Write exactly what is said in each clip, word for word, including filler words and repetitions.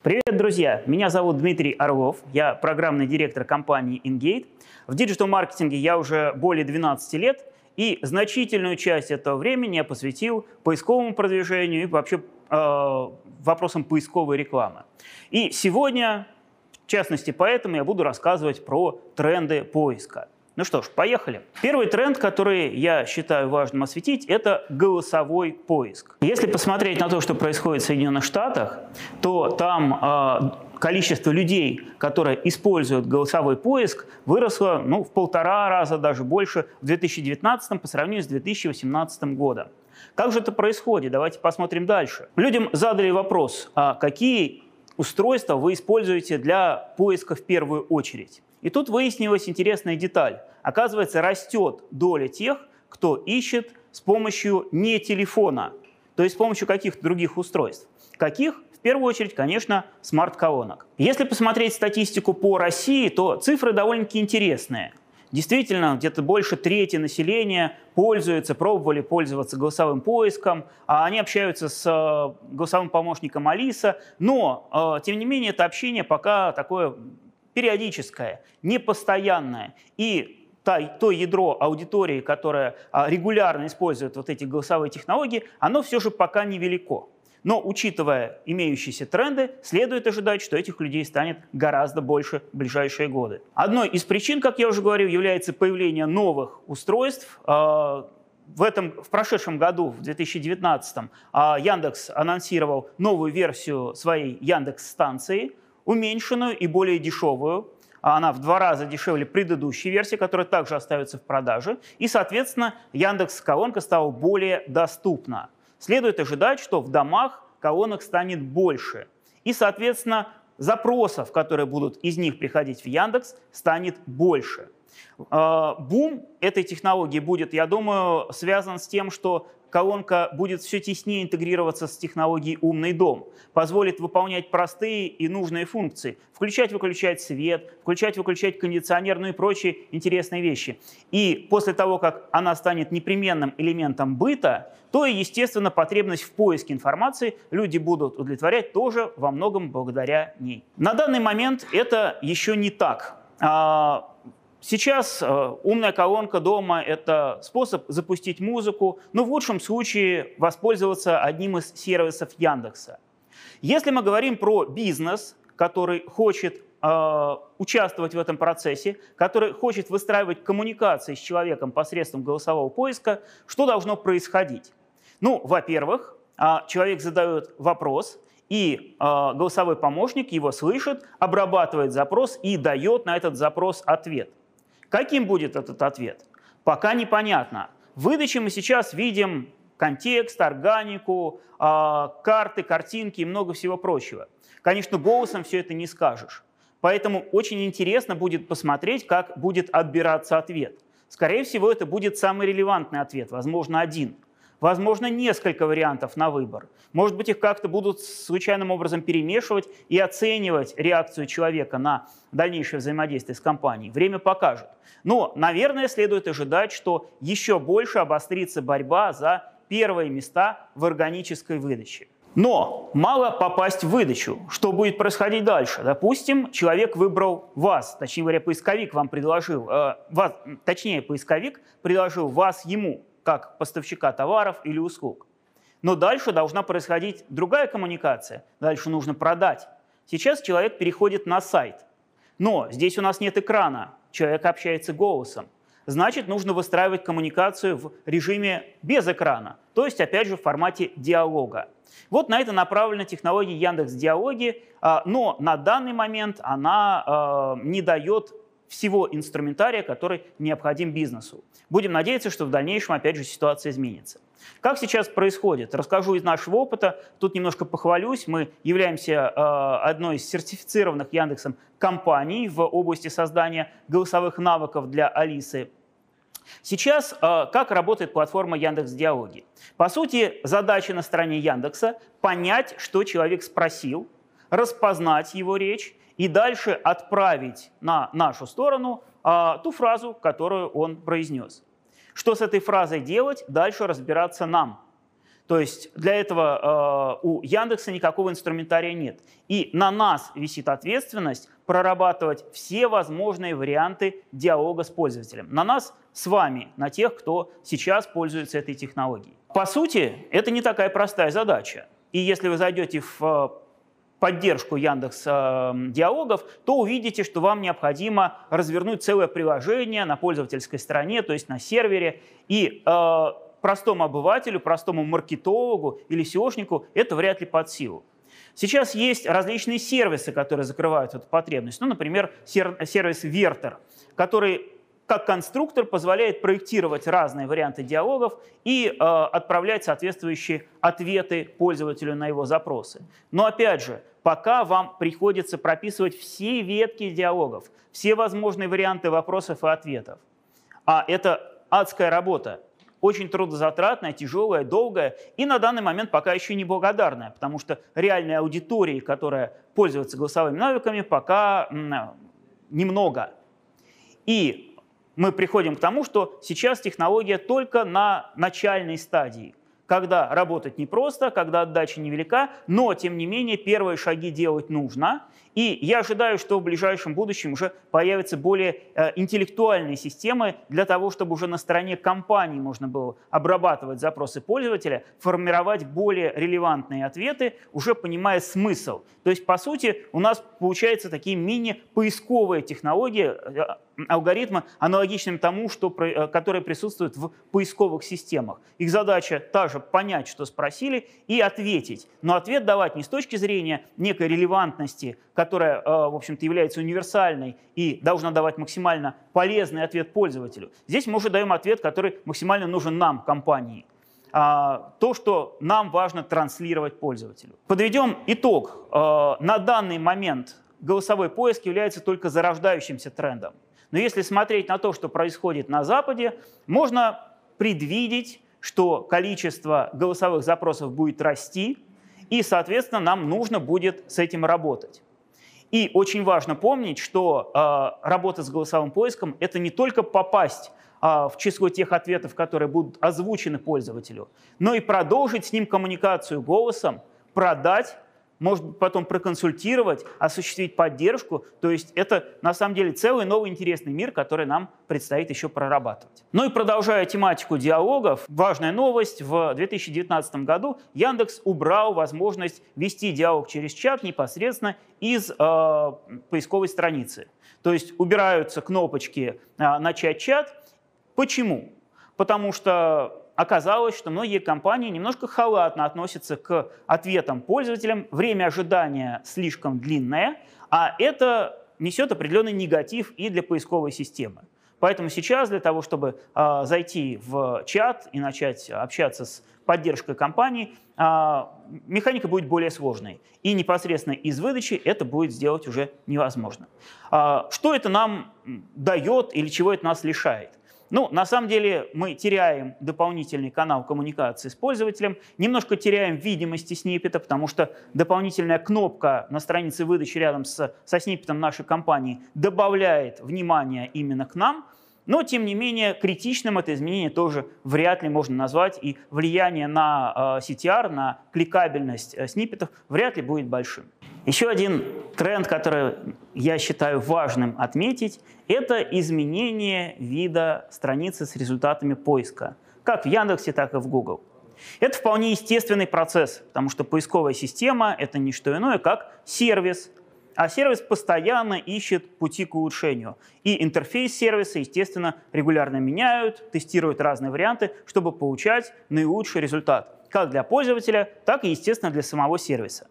Привет, друзья! Меня зовут Дмитрий Орлов, я программный директор компании InGate. В диджитал-маркетинге я уже более двенадцати лет, и значительную часть этого времени я посвятил поисковому продвижению и вообще э, вопросам поисковой рекламы. И сегодня, в частности, поэтому я буду рассказывать про тренды поиска. Ну что ж, поехали. Первый тренд, который я считаю важным осветить, это голосовой поиск. Если посмотреть на то, что происходит в Соединенных Штатах, то там э, количество людей, которые используют голосовой поиск, выросло ну, в полтора раза, даже больше в две тысячи девятнадцатом по сравнению с две тысячи восемнадцатым годом. Как же это происходит? Давайте посмотрим дальше. Людям задали вопрос, а какие устройства вы используете для поиска в первую очередь. И тут выяснилась интересная деталь. Оказывается, растет доля тех, кто ищет с помощью не телефона, то есть с помощью каких-то других устройств. Каких? В первую очередь, конечно, смарт-колонок. Если посмотреть статистику по России, то цифры довольно-таки интересные. Действительно, где-то больше трети населения пользуются, пробовали пользоваться голосовым поиском, а они общаются с голосовым помощником Алиса, но, тем не менее, это общение пока такое периодическое, непостоянное. И то ядро аудитории, которое регулярно использует вот эти голосовые технологии, оно все же пока невелико. Но, учитывая имеющиеся тренды, следует ожидать, что этих людей станет гораздо больше в ближайшие годы. Одной из причин, как я уже говорил, является появление новых устройств. В, этом, в прошедшем году, в две тысячи девятнадцатом, Яндекс анонсировал новую версию своей Яндекс-станции, уменьшенную и более дешевую. Она в два раза дешевле предыдущей версии, которая также остается в продаже. И, соответственно, Яндекс.Колонка стала более доступна. Следует ожидать, что в домах колонок станет больше. И, соответственно, запросов, которые будут из них приходить в Яндекс, станет больше. Бум этой технологии будет, я думаю, связан с тем, что колонка будет все теснее интегрироваться с технологией «Умный дом», позволит выполнять простые и нужные функции, включать-выключать свет, включать-выключать кондиционер, ну и прочие интересные вещи. И после того, как она станет непременным элементом быта, то и, естественно, потребность в поиске информации люди будут удовлетворять тоже во многом благодаря ней. На данный момент это еще не так. Сейчас э, умная колонка дома – это способ запустить музыку, но в лучшем случае воспользоваться одним из сервисов Яндекса. Если мы говорим про бизнес, который хочет э, участвовать в этом процессе, который хочет выстраивать коммуникации с человеком посредством голосового поиска, что должно происходить? Ну, во-первых, э, человек задает вопрос, и э, голосовой помощник его слышит, обрабатывает запрос и дает на этот запрос ответ. Каким будет этот ответ? Пока непонятно. В выдаче мы сейчас видим контекст, органику, э, карты, картинки и много всего прочего. Конечно, голосом все это не скажешь. Поэтому очень интересно будет посмотреть, как будет отбираться ответ. Скорее всего, это будет самый релевантный ответ, возможно, один. Возможно, несколько вариантов на выбор. Может быть, их как-то будут случайным образом перемешивать и оценивать реакцию человека на дальнейшее взаимодействие с компанией. Время покажет. Но, наверное, следует ожидать, что еще больше обострится борьба за первые места в органической выдаче. Но мало попасть в выдачу. Что будет происходить дальше? Допустим, человек выбрал вас, точнее говоря, поисковик вам предложил, э, вас, точнее, поисковик предложил вас ему, как поставщика товаров или услуг. Но дальше должна происходить другая коммуникация. Дальше нужно продать. Сейчас человек переходит на сайт. Но здесь у нас нет экрана. Человек общается голосом. Значит, нужно выстраивать коммуникацию в режиме без экрана. То есть, опять же, в формате диалога. Вот на это направлена технология Яндекс.Диалоги. Но на данный момент она не дает всего инструментария, который необходим бизнесу. Будем надеяться, что в дальнейшем, опять же, ситуация изменится. Как сейчас происходит? Расскажу из нашего опыта. Тут немножко похвалюсь. Мы являемся э, одной из сертифицированных Яндексом компаний в области создания голосовых навыков для Алисы. Сейчас э, как работает платформа Яндекс.Диалоги? По сути, задача на стороне Яндекса – понять, что человек спросил, распознать его речь и дальше отправить на нашу сторону а, ту фразу, которую он произнес. Что с этой фразой делать, дальше разбираться нам. То есть для этого э, у Яндекса никакого инструментария нет. И на нас висит ответственность прорабатывать все возможные варианты диалога с пользователем. На нас с вами, на тех, кто сейчас пользуется этой технологией. По сути, это не такая простая задача. И если вы зайдете в поддержку Яндекс э, диалогов, то увидите, что вам необходимо развернуть целое приложение на пользовательской стороне, то есть на сервере, и э, простому обывателю, простому маркетологу или сеошнику это вряд ли под силу. Сейчас есть различные сервисы, которые закрывают эту потребность. Ну, например, сервис Вертер, который как конструктор позволяет проектировать разные варианты диалогов и э, отправлять соответствующие ответы пользователю на его запросы. Но опять же, пока вам приходится прописывать все ветки диалогов, все возможные варианты вопросов и ответов. А это адская работа. Очень трудозатратная, тяжелая, долгая и на данный момент пока еще не благодарная, потому что реальной аудитории, которая пользуется голосовыми навыками, пока немного. И мы приходим к тому, что сейчас технология только на начальной стадии, когда работать непросто, когда отдача невелика, но, тем не менее, первые шаги делать нужно. И я ожидаю, что в ближайшем будущем уже появятся более э, интеллектуальные системы для того, чтобы уже на стороне компании можно было обрабатывать запросы пользователя, формировать более релевантные ответы, уже понимая смысл. То есть, по сути, у нас получаются такие мини-поисковые технологии, э, алгоритмы, аналогичным тому, что, э, которые присутствуют в поисковых системах. Их задача та же — понять, что спросили, и ответить. Но ответ давать не с точки зрения некой релевантности, которая, в общем-то, является универсальной и должна давать максимально полезный ответ пользователю. Здесь мы уже даем ответ, который максимально нужен нам, компании. То, что нам важно транслировать пользователю. Подведем итог. На данный момент голосовой поиск является только зарождающимся трендом. Но если смотреть на то, что происходит на Западе, можно предвидеть, что количество голосовых запросов будет расти, и, соответственно, нам нужно будет с этим работать. И очень важно помнить, что э, работа с голосовым поиском – это не только попасть э, в число тех ответов, которые будут озвучены пользователю, но и продолжить с ним коммуникацию голосом, продать, может потом проконсультировать, осуществить поддержку. То есть это на самом деле целый новый интересный мир, который нам предстоит еще прорабатывать. Ну и продолжая тематику диалогов, важная новость. В две тысячи девятнадцатом году Яндекс убрал возможность вести диалог через чат непосредственно из э, поисковой страницы. То есть убираются кнопочки э, «Начать чат». Почему? Потому что оказалось, что многие компании немножко халатно относятся к ответам пользователям, время ожидания слишком длинное, а это несет определенный негатив и для поисковой системы. Поэтому сейчас для того, чтобы э, зайти в чат и начать общаться с поддержкой компании, э, механика будет более сложной. И непосредственно из выдачи это будет сделать уже невозможно. Э, что это нам дает или чего это нас лишает? Ну, на самом деле мы теряем дополнительный канал коммуникации с пользователем, немножко теряем видимости сниппета, потому что дополнительная кнопка на странице выдачи рядом с, со сниппетом нашей компании добавляет внимание именно к нам, но, тем не менее, критичным это изменение тоже вряд ли можно назвать, и влияние на э, си ти ар, на кликабельность э, сниппетов вряд ли будет большим. Еще один тренд, который я считаю важным отметить, это изменение вида страницы с результатами поиска, как в Яндексе, так и в Google. Это вполне естественный процесс, потому что поисковая система – это не что иное, как сервис. А сервис постоянно ищет пути к улучшению. И интерфейс сервиса, естественно, регулярно меняют, тестируют разные варианты, чтобы получать наилучший результат. Как для пользователя, так и, естественно, для самого сервиса.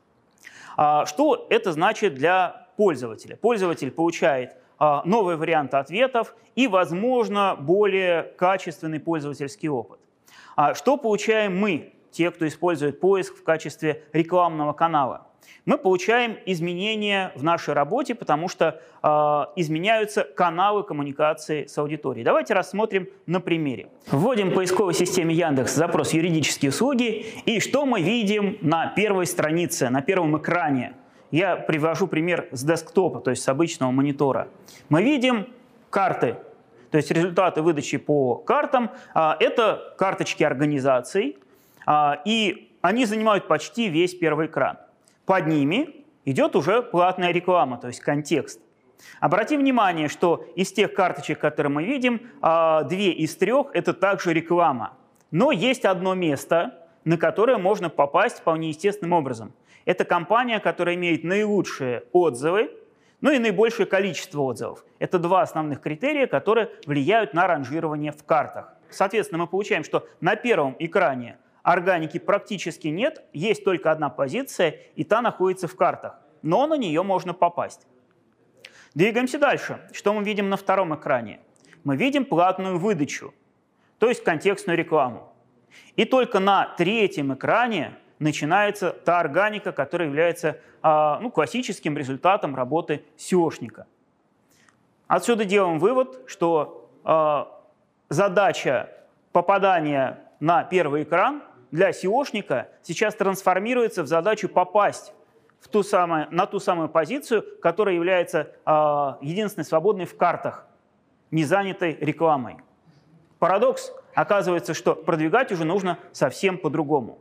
Что это значит для пользователя? Пользователь получает новые варианты ответов и, возможно, более качественный пользовательский опыт. Что получаем мы, те, кто использует поиск в качестве рекламного канала? Мы получаем изменения в нашей работе, потому что э, изменяются каналы коммуникации с аудиторией. Давайте рассмотрим на примере. Вводим в поисковой системе Яндекс запрос «Юридические услуги», и что мы видим на первой странице, на первом экране? Я привожу пример с десктопа, то есть с обычного монитора. Мы видим карты, то есть результаты выдачи по картам. Э, это карточки организаций. И они занимают почти весь первый экран. Под ними идет уже платная реклама, то есть контекст. Обрати внимание, что из тех карточек, которые мы видим, две из трех – это также реклама. Но есть одно место, на которое можно попасть вполне естественным образом. Это компания, которая имеет наилучшие отзывы, ну и наибольшее количество отзывов. Это два основных критерия, которые влияют на ранжирование в картах. Соответственно, мы получаем, что на первом экране органики практически нет, есть только одна позиция, и та находится в картах. Но на нее можно попасть. Двигаемся дальше. Что мы видим на втором экране? Мы видим платную выдачу, то есть контекстную рекламу. И только на третьем экране начинается та органика, которая является ну, классическим результатом работы сеошника. Отсюда делаем вывод, что э, задача попадания на первый экран для сеошника сейчас трансформируется в задачу попасть в ту самую, на ту самую позицию, которая является э, единственной свободной в картах, не занятой рекламой. Парадокс. Оказывается, что продвигать уже нужно совсем по-другому.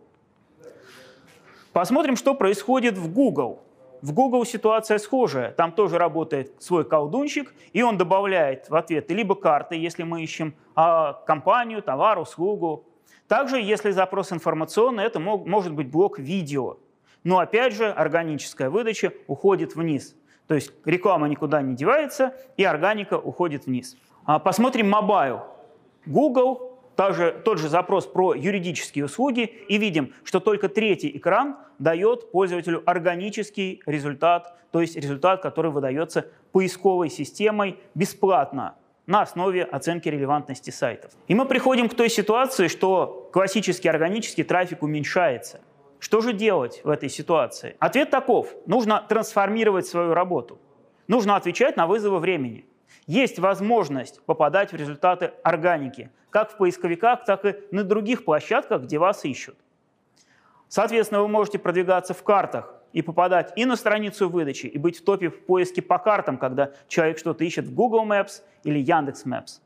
Посмотрим, что происходит в Google. В Google ситуация схожая. Там тоже работает свой колдунчик, и он добавляет в ответы либо карты, если мы ищем а, компанию, товар, услугу. Также, если запрос информационный, это мог, может быть блок видео. Но опять же, органическая выдача уходит вниз. То есть реклама никуда не девается, и органика уходит вниз. А, посмотрим Mobile. Google. Также тот же запрос про юридические услуги, и видим, что только третий экран дает пользователю органический результат, то есть результат, который выдается поисковой системой бесплатно на основе оценки релевантности сайтов. И мы приходим к той ситуации, что классический органический трафик уменьшается. Что же делать в этой ситуации? Ответ таков. Нужно трансформировать свою работу. Нужно отвечать на вызовы времени. Есть возможность попадать в результаты органики, как в поисковиках, так и на других площадках, где вас ищут. Соответственно, вы можете продвигаться в картах и попадать и на страницу выдачи, и быть в топе в поиске по картам, когда человек что-то ищет в Google Maps или Яндекс.Maps.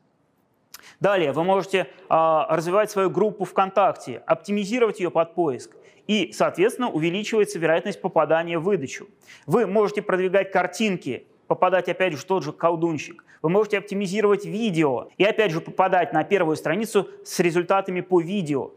Далее вы можете а, развивать свою группу ВКонтакте, оптимизировать ее под поиск, и, соответственно, увеличивается вероятность попадания в выдачу. Вы можете продвигать картинки, попадать, опять же, в тот же колдунчик. Вы можете оптимизировать видео и, опять же, попадать на первую страницу с результатами по видео.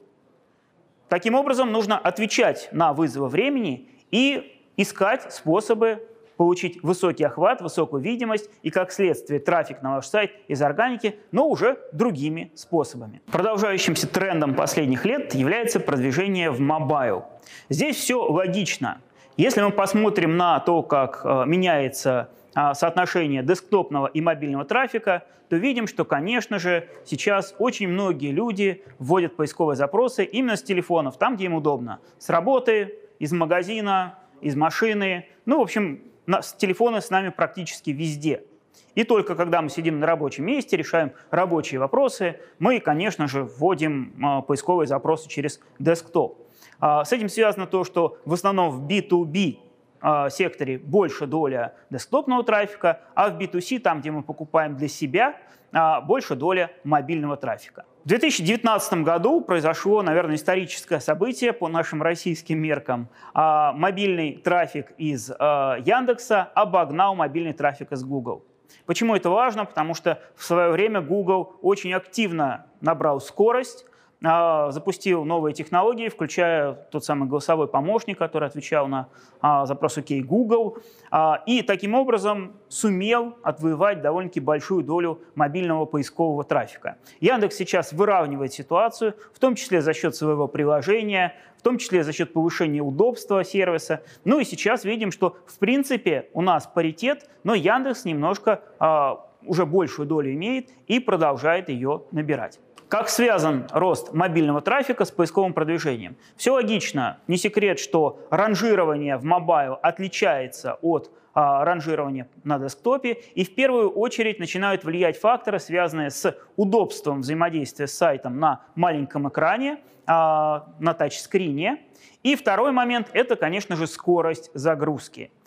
Таким образом, нужно отвечать на вызовы времени и искать способы получить высокий охват, высокую видимость и, как следствие, трафик на ваш сайт из органики, но уже другими способами. Продолжающимся трендом последних лет является продвижение в мобайл. Здесь все логично. Если мы посмотрим на то, как э, меняется соотношение десктопного и мобильного трафика, то видим, что, конечно же, сейчас очень многие люди вводят поисковые запросы именно с телефонов, там, где им удобно. С работы, из магазина, из машины. Ну, в общем, телефоны с нами практически везде. И только когда мы сидим на рабочем месте, решаем рабочие вопросы, мы, конечно же, вводим поисковые запросы через десктоп. С этим связано то, что в основном в би ту би секторе больше доля десктопного трафика, а в би ту си, там, где мы покупаем для себя, больше доля мобильного трафика. В две тысячи девятнадцатом году произошло, наверное, историческое событие по нашим российским меркам. Мобильный трафик из Яндекса обогнал мобильный трафик из Google. Почему это важно? Потому что в свое время Google очень активно набрал скорость, запустил новые технологии, включая тот самый голосовой помощник, который отвечал на а, запрос «Окей, Google», а, и таким образом сумел отвоевать довольно-таки большую долю мобильного поискового трафика. Яндекс сейчас выравнивает ситуацию, в том числе за счет своего приложения, в том числе за счет повышения удобства сервиса. Ну и сейчас видим, что в принципе у нас паритет, но Яндекс немножко а, уже большую долю имеет и продолжает ее набирать. Как связан рост мобильного трафика с поисковым продвижением? Все логично. Не секрет, что ранжирование в мобайл отличается от а, ранжирования на десктопе, и в первую очередь начинают влиять факторы, связанные с удобством взаимодействия с сайтом на маленьком экране, а, на тачскрине. И второй момент – это, конечно же, скорость загрузки.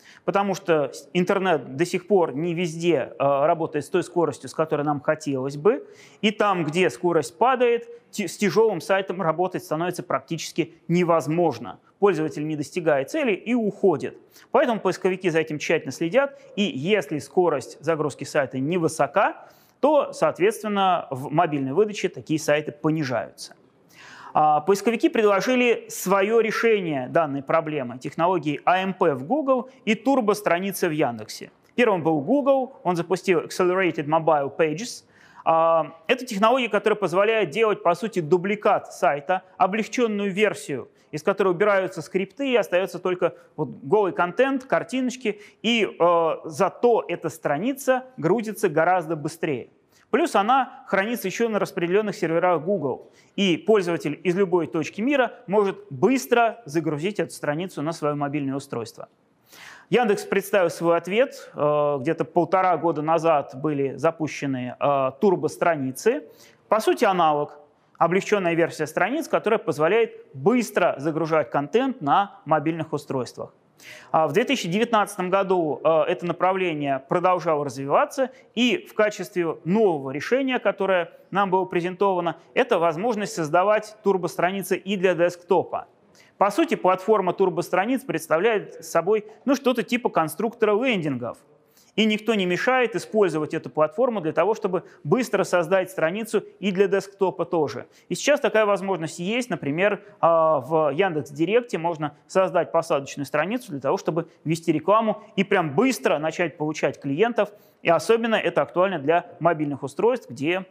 потому что интернет до сих пор не везде работает с той скоростью, с которой нам хотелось бы. И там, где скорость падает, с тяжелым сайтом работать становится практически невозможно. Пользователь не достигает цели и уходит. Поэтому поисковики за этим тщательно следят. И если скорость загрузки сайта невысока, то, соответственно, в мобильной выдаче такие сайты понижаются. Поисковики предложили свое решение данной проблемы, технологии эй эм пи в Google и турбо-страницы в Яндексе. Первым был Google, он запустил Accelerated Mobile Pages. Это технология, которая позволяет делать, по сути, дубликат сайта, облегченную версию, из которой убираются скрипты и остается только вот голый контент, картиночки, и э, зато эта страница грузится гораздо быстрее. Плюс она хранится еще на распределенных серверах Google, и пользователь из любой точки мира может быстро загрузить эту страницу на свое мобильное устройство. Яндекс представил свой ответ. Где-то полтора года назад были запущены турбо-страницы. По сути, аналог. Облегченная версия страниц, которая позволяет быстро загружать контент на мобильных устройствах. В две тысячи девятнадцатом году это направление продолжало развиваться, и в качестве нового решения, которое нам было презентовано, это возможность создавать турбо-страницы и для десктопа. По сути, платформа турбостраниц представляет собой ну, что-то типа конструктора лендингов. И никто не мешает использовать эту платформу для того, чтобы быстро создать страницу и для десктопа тоже. И сейчас такая возможность есть. Например, в Яндекс.Директе можно создать посадочную страницу для того, чтобы вести рекламу и прям быстро начать получать клиентов. И особенно это актуально для мобильных устройств, где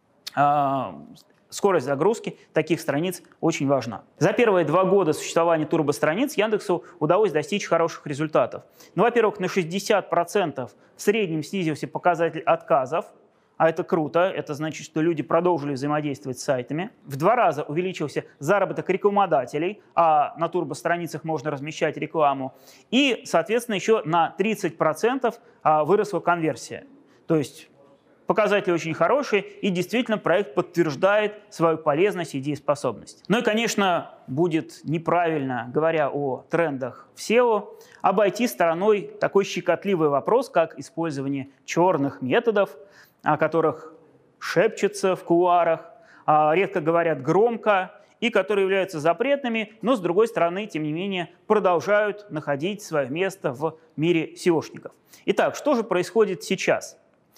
скорость загрузки таких страниц очень важна. За первые два года существования турбостраниц Яндексу удалось достичь хороших результатов. Ну, во-первых, на шестьдесят процентов в среднем снизился показатель отказов, а это круто, это значит, что люди продолжили взаимодействовать с сайтами. В два раза увеличился заработок рекламодателей, а на турбостраницах можно размещать рекламу. И, соответственно, еще на тридцать процентов выросла конверсия. То есть показатели очень хорошие, и действительно проект подтверждает свою полезность и дееспособность. Ну и, конечно, будет неправильно, говоря о трендах в сео, обойти стороной такой щекотливый вопрос, как использование черных методов, о которых шепчутся в кулуарах, редко говорят громко, и которые являются запретными, но, с другой стороны, тем не менее, продолжают находить свое место в мире сеошников. Итак, что же происходит сейчас?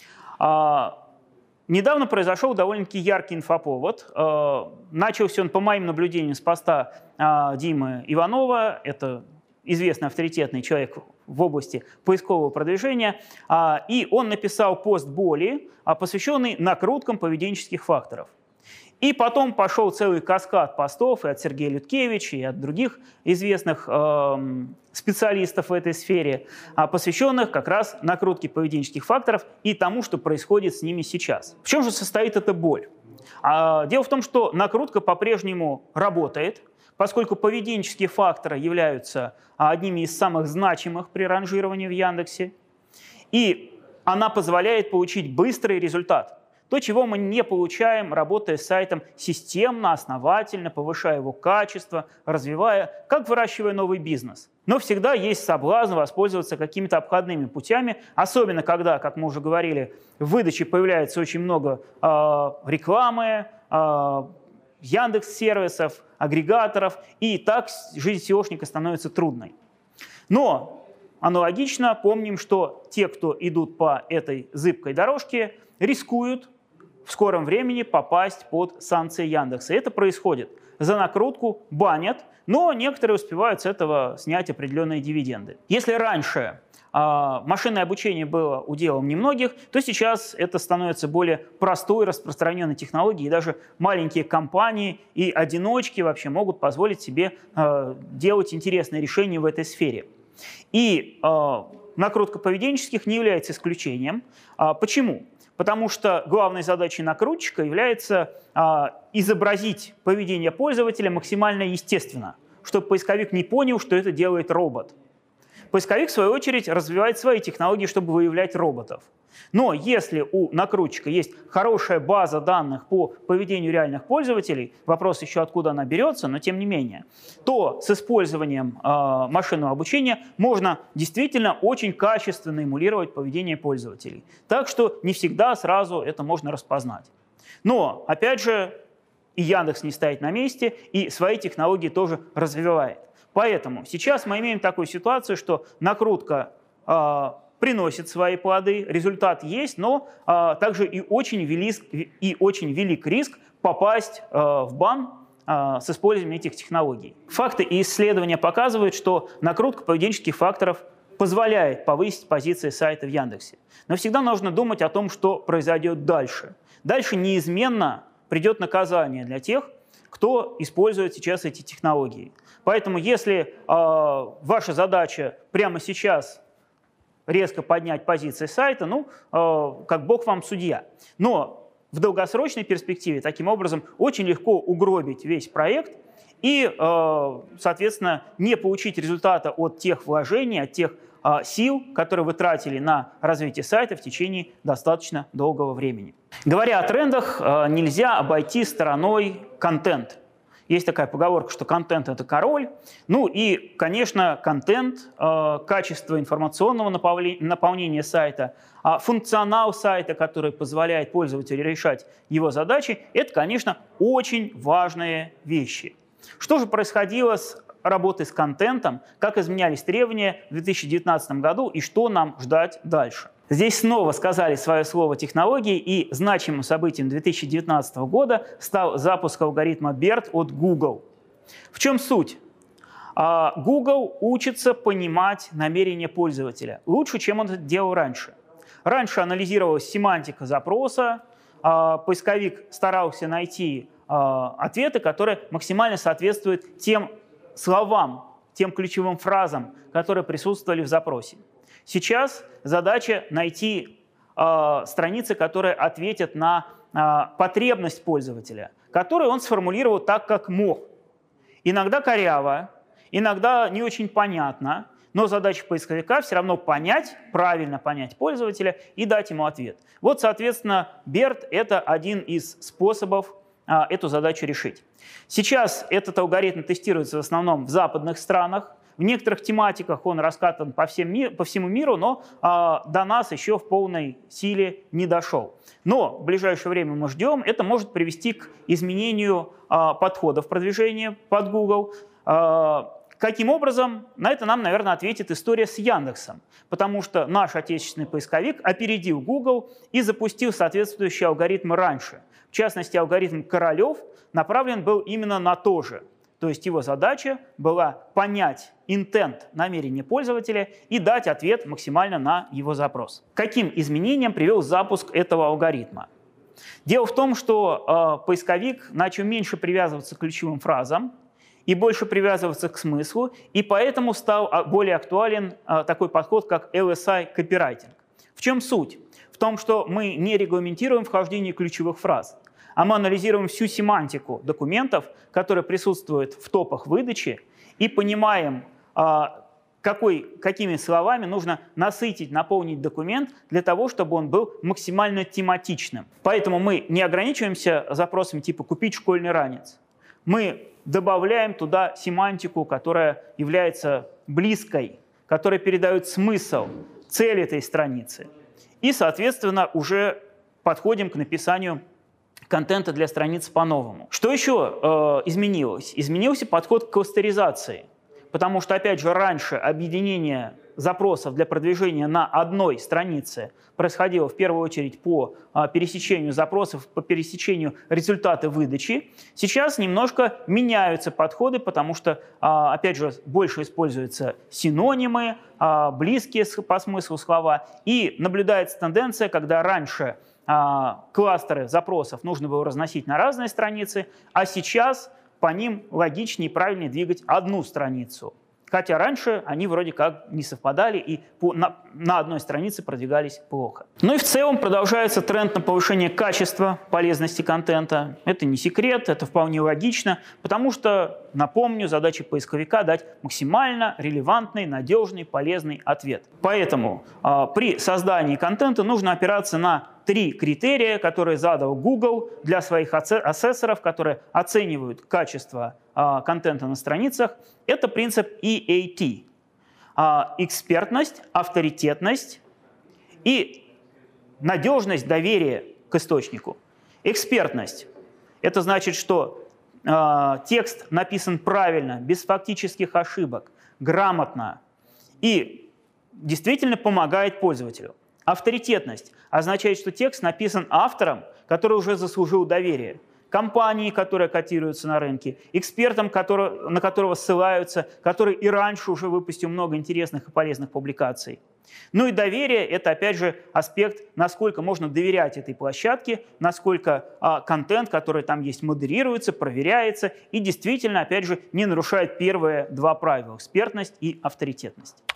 А, недавно произошел довольно-таки яркий инфоповод. А, начался он, по моим наблюдениям, с поста а, Димы Иванова. Это известный авторитетный человек в области поискового продвижения. А, и он написал пост Боли, а, посвященный накруткам поведенческих факторов. И потом пошел целый каскад постов и от Сергея Людкевича, и от других известных э, специалистов в этой сфере, э, посвященных как раз накрутке поведенческих факторов и тому, что происходит с ними сейчас. В чем же состоит эта боль? А, дело в том, что накрутка по-прежнему работает, поскольку поведенческие факторы являются одними из самых значимых при ранжировании в Яндексе, и она позволяет получить быстрый результат. То, чего мы не получаем, работая с сайтом системно, основательно, повышая его качество, развивая, как выращивая новый бизнес. Но всегда есть соблазн воспользоваться какими-то обходными путями, особенно когда, как мы уже говорили, в выдаче появляется очень много э, рекламы, э, Яндекс-сервисов, агрегаторов, и так жизнь сеошника становится трудной. Но аналогично помним, что те, кто идут по этой зыбкой дорожке, рискуют в скором времени попасть под санкции Яндекса. И это происходит. За накрутку банят, но некоторые успевают с этого снять определенные дивиденды. Если раньше э, машинное обучение было уделом немногих, то сейчас это становится более простой, распространенной технологией. И даже маленькие компании и одиночки вообще могут позволить себе э, делать интересные решения в этой сфере. И э, накрутка поведенческих не является исключением. А, почему? Потому что главной задачей накрутчика является а, изобразить поведение пользователя максимально естественно, чтобы поисковик не понял, что это делает робот. Поисковик, в свою очередь, развивает свои технологии, чтобы выявлять роботов. Но если у накрутчика есть хорошая база данных по поведению реальных пользователей, вопрос еще откуда она берется, но тем не менее, то с использованием э, машинного обучения можно действительно очень качественно эмулировать поведение пользователей. Так что не всегда сразу это можно распознать. Но, опять же, и Яндекс не стоит на месте, и свои технологии тоже развивает. Поэтому сейчас мы имеем такую ситуацию, что накрутка э, приносит свои плоды, результат есть, но э, также и очень, велик, и очень велик риск попасть э, в бан э, с использованием этих технологий. Факты и исследования показывают, что накрутка поведенческих факторов позволяет повысить позиции сайта в Яндексе. Но всегда нужно думать о том, что произойдет дальше. Дальше неизменно придет наказание для тех, кто использует сейчас эти технологии. Поэтому если э, ваша задача прямо сейчас резко поднять позиции сайта, ну, э, как бог вам судья. Но в долгосрочной перспективе таким образом очень легко угробить весь проект и, э, соответственно, не получить результата от тех вложений, от тех э, сил, которые вы тратили на развитие сайта в течение достаточно долгого времени. Говоря о трендах, э, нельзя обойти стороной контент. Есть такая поговорка, что контент – это король. Ну и, конечно, контент, э, качество информационного наполнения сайта, а функционал сайта, который позволяет пользователю решать его задачи – это, конечно, очень важные вещи. Что же происходило с работой с контентом, как изменялись требования в две тысячи девятнадцатом году и что нам ждать дальше? Здесь снова сказали свое слово технологии, и значимым событием две тысячи девятнадцатого года стал запуск алгоритма берт от Google. В чем суть? Google учится понимать намерения пользователя лучше, чем он это делал раньше. Раньше анализировалась семантика запроса, поисковик старался найти ответы, которые максимально соответствуют тем словам, тем ключевым фразам, которые присутствовали в запросе. Сейчас задача найти э, страницы, которые ответят на э, потребность пользователя, которую он сформулировал так, как мог. Иногда коряво, иногда не очень понятно, но задача поисковика все равно понять, правильно понять пользователя и дать ему ответ. Вот, соответственно, берт – это один из способов э, эту задачу решить. Сейчас этот алгоритм тестируется в основном в западных странах. В некоторых тематиках он раскатан по, всем ми по всему миру, но а, до нас еще в полной силе не дошел. Но в ближайшее время мы ждем, это может привести к изменению а, подходов продвижения под Google. А, каким образом? На это нам, наверное, ответит история с Яндексом, потому что наш отечественный поисковик опередил Google и запустил соответствующие алгоритмы раньше. В частности, алгоритм Королев направлен был именно на то же. То есть его задача была понять интент, намерение пользователя и дать ответ максимально на его запрос. К каким изменениям привел запуск этого алгоритма? Дело в том, что э, поисковик начал меньше привязываться к ключевым фразам и больше привязываться к смыслу, и поэтому стал более актуален э, такой подход, как эл эс ай-копирайтинг. В чем суть? В том, что мы не регламентируем вхождение ключевых фраз, а мы анализируем всю семантику документов, которые присутствуют в топах выдачи, и понимаем, какой, какими словами нужно насытить, наполнить документ для того, чтобы он был максимально тематичным. Поэтому мы не ограничиваемся запросами типа «купить школьный ранец». Мы добавляем туда семантику, которая является близкой, которая передает смысл, цель этой страницы. И, соответственно, уже подходим к написанию контента для страниц по-новому. Что еще э, изменилось? Изменился подход к кластеризации, потому что, опять же, раньше объединение запросов для продвижения на одной странице происходило в первую очередь по э, пересечению запросов, по пересечению результата выдачи. Сейчас немножко меняются подходы, потому что, э, опять же, больше используются синонимы, э, близкие по смыслу слова, и наблюдается тенденция, когда раньше кластеры запросов нужно было разносить на разные страницы, а сейчас по ним логичнее и правильнее двигать одну страницу. Хотя раньше они вроде как не совпадали и по, на, на одной странице продвигались плохо. Ну и в целом продолжается тренд на повышение качества полезности контента. Это не секрет, это вполне логично, потому что, напомню, задача поисковика — дать максимально релевантный, надежный, полезный ответ. Поэтому э, при создании контента нужно опираться на три критерия, которые задал Google для своих ассессоров, которые оценивают качество э, контента на страницах. Это принцип и эй ти. Э, экспертность, авторитетность и надежность доверия к источнику. Экспертность – это значит, что э, текст написан правильно, без фактических ошибок, грамотно и действительно помогает пользователю. Авторитетность означает, что текст написан автором, который уже заслужил доверие, компании, которые котируются на рынке, экспертам, который, на которого ссылаются, который и раньше уже выпустил много интересных и полезных публикаций. Ну и доверие – это, опять же, аспект, насколько можно доверять этой площадке, насколько а, контент, который там есть, модерируется, проверяется и действительно, опять же, не нарушает первые два правила – экспертность и авторитетность.